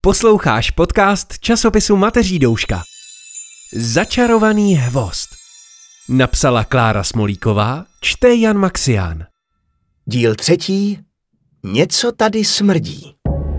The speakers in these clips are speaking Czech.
Posloucháš podcast časopisu Mateří douška. Začarovaný hvozd. Napsala Klára Smolíková, čte Jan Maxián. Díl 3. Něco tady smrdí.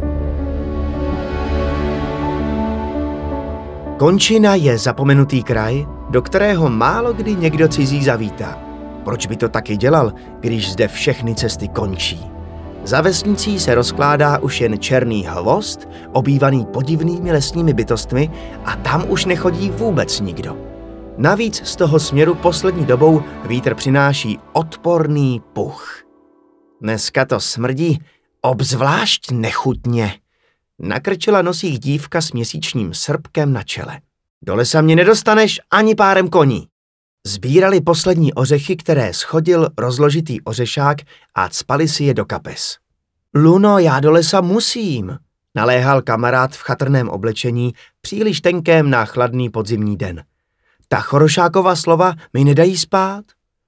Končina je zapomenutý kraj, do kterého málo kdy někdo cizí zavítá. Proč by to taky dělal, když zde všechny cesty končí? Za vesnicí se rozkládá už jen černý hvozd, obývaný podivnými lesními bytostmi, a tam už nechodí vůbec nikdo. Navíc z toho směru poslední dobou vítr přináší odporný puch. Dneska to smrdí obzvlášť nechutně. Nakrčila nosích dívka s měsíčním srpkem na čele. Do lesa mě nedostaneš ani párem koní. Sbírali poslední ořechy, které schodil rozložitý ořešák, a cpali si je do kapes. Luno, já do lesa musím, naléhal kamarád v chatrném oblečení, příliš tenkém na chladný podzimní den. Ta Chorošákova slova mi nedají spát?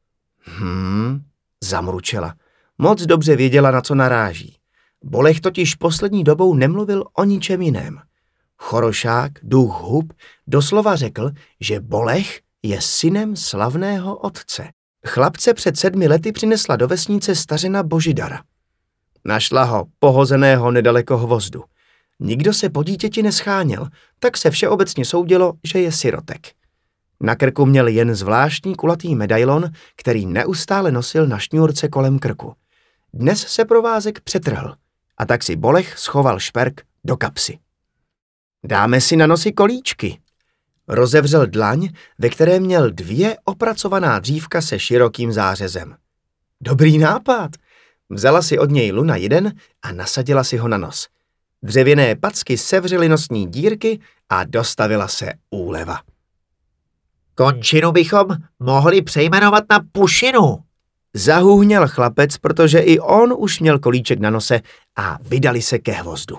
Zamručela. Moc dobře věděla, na co naráží. Bolech totiž poslední dobou nemluvil o ničem jiném. Chorošák, duch hub, doslova řekl, že Bolech je synem slavného otce. Chlapce před 7 lety přinesla do vesnice stařena Božidara. Našla ho pohozeného nedaleko hvozdu. Nikdo se po dítěti nescháněl, tak se všeobecně soudilo, že je sirotek. Na krku měl jen zvláštní kulatý medailon, který neustále nosil na šňůrce kolem krku. Dnes se provázek přetrhl, a tak si Bolech schoval šperk do kapsy. Dáme si na nosy kolíčky. Rozevřel dlaň, ve které měl 2 opracovaná dřívka se širokým zářezem. Dobrý nápad. Vzala si od něj Luna jeden a nasadila si ho na nos. Dřevěné packy sevřely nosní dírky a dostavila se úleva. Končinu bychom mohli přejmenovat na Pušinu. Zahůhněl chlapec, protože i on už měl kolíček na nose, a vydali se ke hvozdu.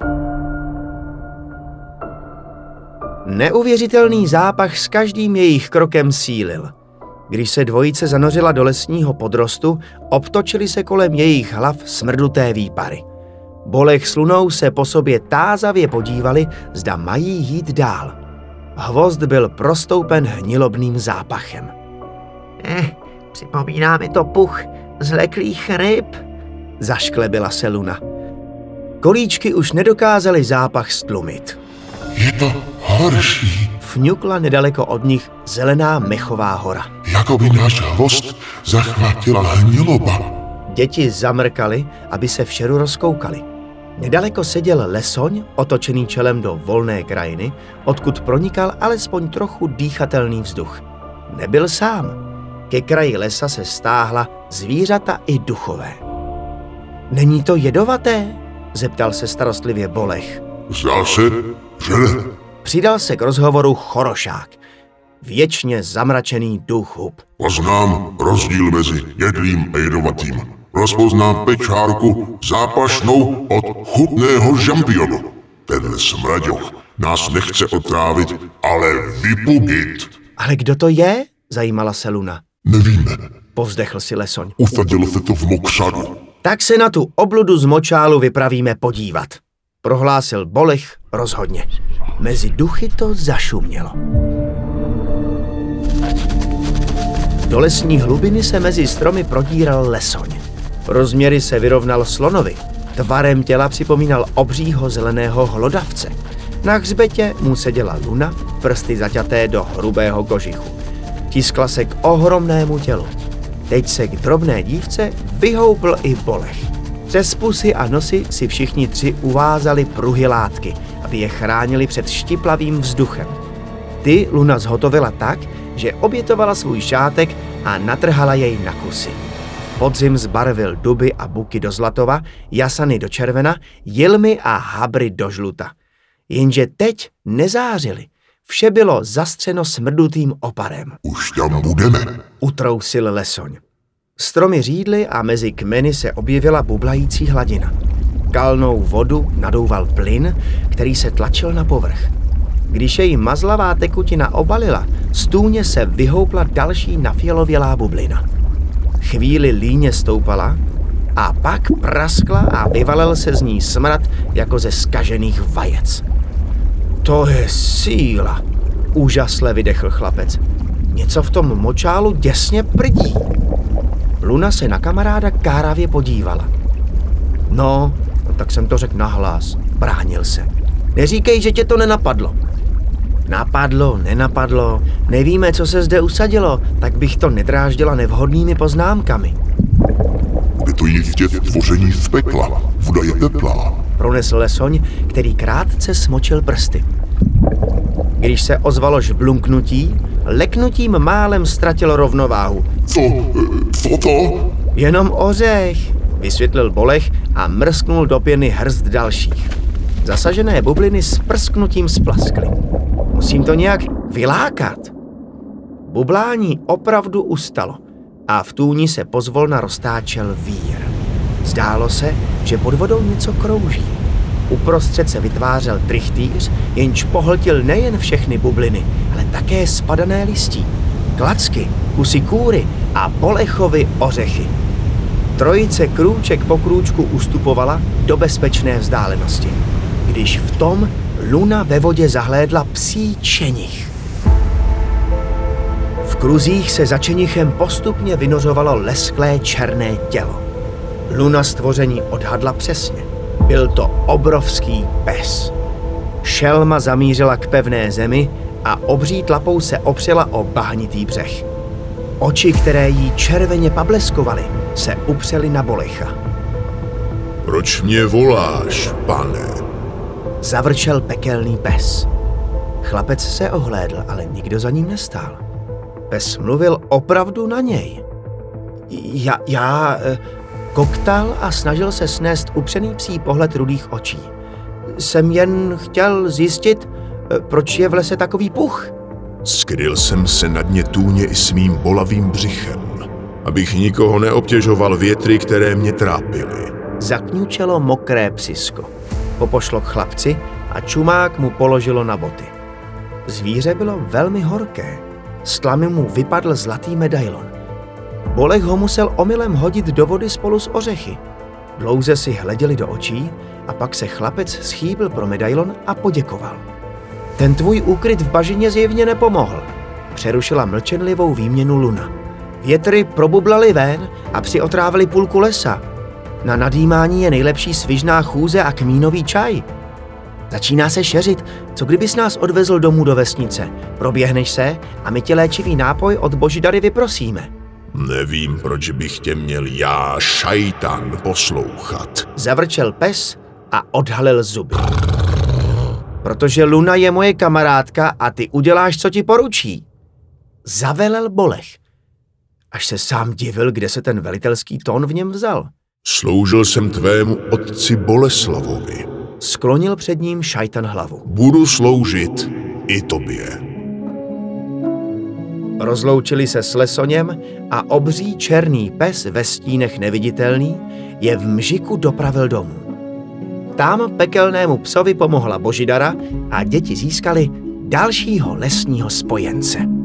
Neuvěřitelný zápach s každým jejich krokem sílil. Když se dvojice zanořila do lesního podrostu, obtočily se kolem jejich hlav smrduté výpary. Bolech s Lunou se po sobě tázavě podívali, zda mají jít dál. Hvozd byl prostoupen hnilobným zápachem. Připomíná mi to puch zleklých ryb, zašklebila se Luna. Kolíčky už nedokázaly zápach stlumit. Je to horší, fňukla nedaleko od nich zelená mechová hora. jako by náš hvozd zachvátila hniloba. Děti zamrkali, aby se v šeru rozkoukali. Nedaleko seděl lesoň, otočený čelem do volné krajiny, odkud pronikal alespoň trochu dýchatelný vzduch. Nebyl sám. Ke kraji lesa se stáhla zvířata i duchové. Není to jedovaté? Zeptal se starostlivě Bolech. Zdá se, že ne. Přidal se k rozhovoru Chorošák, věčně zamračený duch hub. Poznám rozdíl mezi jedlým a jedovatým. Rozpoznám pečárku zápašnou od chutného žampionu. Ten smraďoch nás nechce otrávit, ale vypudit. Ale kdo to je? Zajímala se Luna. Nevíme. Povzdechl si lesoň. Usadilo se to v mokřadu. Tak se na tu obludu z močálu vypravíme podívat, prohlásil Bolech rozhodně. Mezi duchy to zašumělo. Do lesní hlubiny se mezi stromy prodíral lesoň. Rozměry se vyrovnal slonovi. Tvarem těla připomínal obřího zeleného hlodavce. Na hřbetě mu seděla Luna, prsty zaťaté do hrubého kožichu. Tiskla se k ohromnému tělu. Teď se k drobné dívce vyhoupl i Bolech. Přes pusy a nosy si všichni 3 uvázali pruhy látky, aby je chránili před štiplavým vzduchem. Ty Luna zhotovila tak, že obětovala svůj šátek a natrhala jej na kusy. Podzim zbarvil duby a buky do zlatova, jasany do červena, jilmy a habry do žluta. Jenže teď nezářily. Vše bylo zastřeno smrdutým oparem. Už tam budeme, utrousil lesoň. Stromy řídly a mezi kmeny se objevila bublající hladina. Kalnou vodu nadouval plyn, který se tlačil na povrch. Když jej mazlavá tekutina obalila, z tůně se vyhoupla další nafialovělá bublina. Chvíli líně stoupala a pak praskla a vyvalil se z ní smrad jako ze zkažených vajec. To je síla, úžasle vydechl chlapec. Něco v tom močálu děsně prdí. Luna se na kamaráda káravě podívala. No, tak jsem to řekl nahlas, bránil se. Neříkej, že tě to nenapadlo. Nenapadlo, nevíme, co se zde usadilo, tak bych to nedráždila nevhodnými poznámkami. Je to jistě stvoření z pekla, voda je teplá. Pronesl Lesoň, který krátce smočil prsty. Když se ozvalo žblunknutí, leknutím málem ztratilo rovnováhu. Co to? Jenom ořech, vysvětlil Bolech a mrsknul do pěny hrst dalších. Zasažené bubliny s prsknutím splaskly. Musím to nějak vylákat. Bublání opravdu ustalo a v tůni se pozvolna roztáčel vír. Zdálo se, že pod vodou něco krouží. Uprostřed se vytvářel trichtýř, jenž pohltil nejen všechny bubliny, ale také spadané listí, klacky, kusy kůry a Bolechovy ořechy. Trojice krůček po krůčku ustupovala do bezpečné vzdálenosti, když v tom Luna ve vodě zahlédla psí čenich. V kruzích se za čenichem postupně vynořovalo lesklé černé tělo. Luna stvoření odhadla přesně. Byl to obrovský pes. Šelma zamířila k pevné zemi a obří tlapou se opřela o bahnitý břeh. Oči, které jí červeně pableskovaly, se upřely na Bolecha. Proč mě voláš, pane? Zavrčel pekelný pes. Chlapec se ohlédl, ale nikdo za ním nestál. Pes mluvil opravdu na něj. Já koktal a snažil se snést upřený psí pohled rudých očí. Jsem jen chtěl zjistit, proč je v lese takový puch. Skryl jsem se na dně tůně i s mým bolavým břichem, abych nikoho neobtěžoval větry, které mě trápily. Zakňučelo mokré psisko. Popošlo k chlapci a čumák mu položilo na boty. Zvíře bylo velmi horké. Z tlamy mu vypadl zlatý medailon. Bolech ho musel omylem hodit do vody spolu s ořechy. Dlouze si hleděli do očí a pak se chlapec schýbil pro medailon a poděkoval. Ten tvůj úkryt v bažině zjevně nepomohl, přerušila mlčenlivou výměnu Luna. Větry probublaly ven a psi otrávili půlku lesa. Na nadýmání je nejlepší svižná chůze a kmínový čaj. Začíná se šeřit, co kdybys nás odvezl domů do vesnice. Proběhneš se a my tě léčivý nápoj od Božidary vyprosíme. Nevím, proč bych tě měl já, šajtan, poslouchat. Zavrčel pes a odhalil zuby. Protože Luna je moje kamarádka a ty uděláš, co ti poručí. Zavelel Bolech. Až se sám divil, kde se ten velitelský tón v něm vzal. Sloužil jsem tvému otci Boleslavovi. Sklonil před ním šajtan hlavu. Budu sloužit i tobě. Rozloučili se s Lesoněm a obří černý pes ve stínech neviditelný je v mžiku dopravil domů. Tam pekelnému psovi pomohla Božidara a děti získali dalšího lesního spojence.